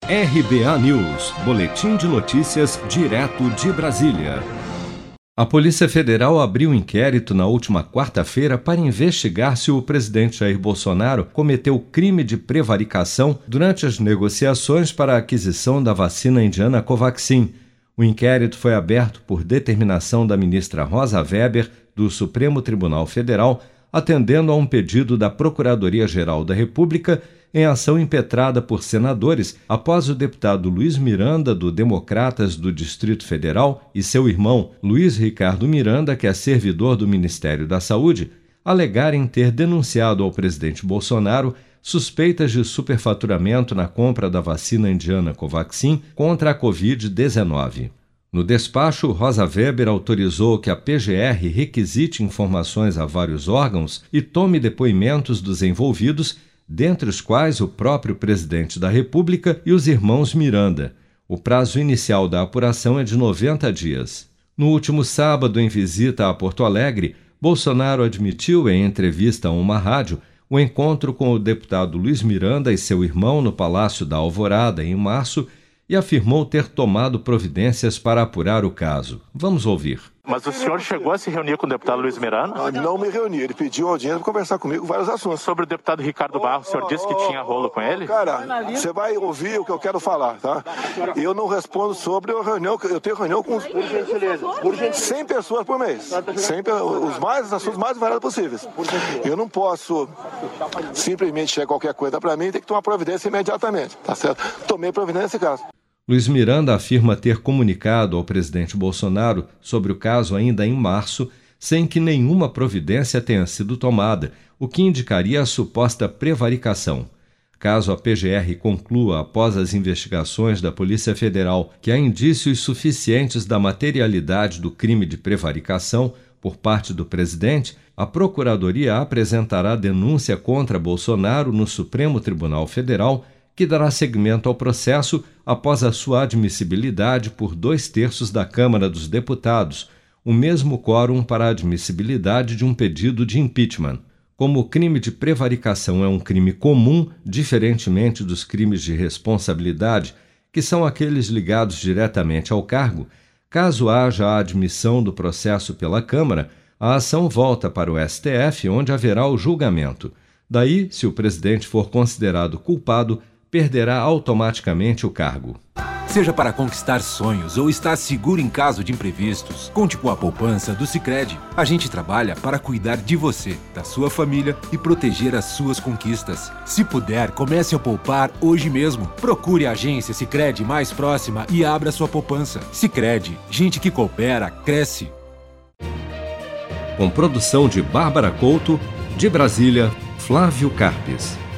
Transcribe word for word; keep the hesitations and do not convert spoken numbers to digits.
R B A News, boletim de notícias direto de Brasília. A Polícia Federal abriu um inquérito na última quarta-feira para investigar se o presidente Jair Bolsonaro cometeu crime de prevaricação durante as negociações para a aquisição da vacina indiana Covaxin. O inquérito foi aberto por determinação da ministra Rosa Weber, do Supremo Tribunal Federal, atendendo a um pedido da Procuradoria-Geral da República em ação impetrada por senadores após o deputado Luiz Miranda, do Democratas do Distrito Federal, e seu irmão Luiz Ricardo Miranda, que é servidor do Ministério da Saúde, alegarem ter denunciado ao presidente Bolsonaro suspeitas de superfaturamento na compra da vacina indiana Covaxin contra a covid dezenove. No despacho, Rosa Weber autorizou que a P G R requisite informações a vários órgãos e tome depoimentos dos envolvidos, dentre os quais o próprio presidente da República e os irmãos Miranda. O prazo inicial da apuração é de noventa dias. No último sábado, em visita a Porto Alegre, Bolsonaro admitiu em entrevista a uma rádio o encontro com o deputado Luiz Miranda e seu irmão no Palácio da Alvorada em março e afirmou ter tomado providências para apurar o caso. Vamos ouvir. Mas o senhor chegou a se reunir com o deputado Luiz Miranda? Não, não me reuni. Ele pediu audiência para conversar comigo vários assuntos. Sobre o deputado Ricardo Barros, o senhor disse que tinha rolo com ele? Cara, você vai ouvir o que eu quero falar, tá? Eu não respondo sobre a reunião, eu tenho reunião com por gentileza, por gentileza. cem pessoas por mês. cem, os mais, os assuntos mais variados possíveis. Eu não posso simplesmente chegar qualquer coisa para mim e ter que tomar providência imediatamente, tá certo? Tomei providência nesse caso. Luiz Miranda afirma ter comunicado ao presidente Bolsonaro sobre o caso ainda em março, sem que nenhuma providência tenha sido tomada, o que indicaria a suposta prevaricação. Caso a P G R conclua, após as investigações da Polícia Federal, que há indícios suficientes da materialidade do crime de prevaricação por parte do presidente, a Procuradoria apresentará denúncia contra Bolsonaro no Supremo Tribunal Federal, que dará seguimento ao processo após a sua admissibilidade por dois terços da Câmara dos Deputados, o mesmo quórum para a admissibilidade de um pedido de impeachment. Como o crime de prevaricação é um crime comum, diferentemente dos crimes de responsabilidade, que são aqueles ligados diretamente ao cargo, caso haja a admissão do processo pela Câmara, a ação volta para o S T F, onde haverá o julgamento. Daí, se o presidente for considerado culpado, perderá automaticamente o cargo. Seja para conquistar sonhos ou estar seguro em caso de imprevistos, conte com a poupança do Sicredi. A gente trabalha para cuidar de você, da sua família e proteger as suas conquistas. Se puder, comece a poupar hoje mesmo. Procure a agência Sicredi mais próxima e abra sua poupança. Sicredi, gente que coopera, cresce. Com produção de Bárbara Couto, de Brasília, Flávio Carpes.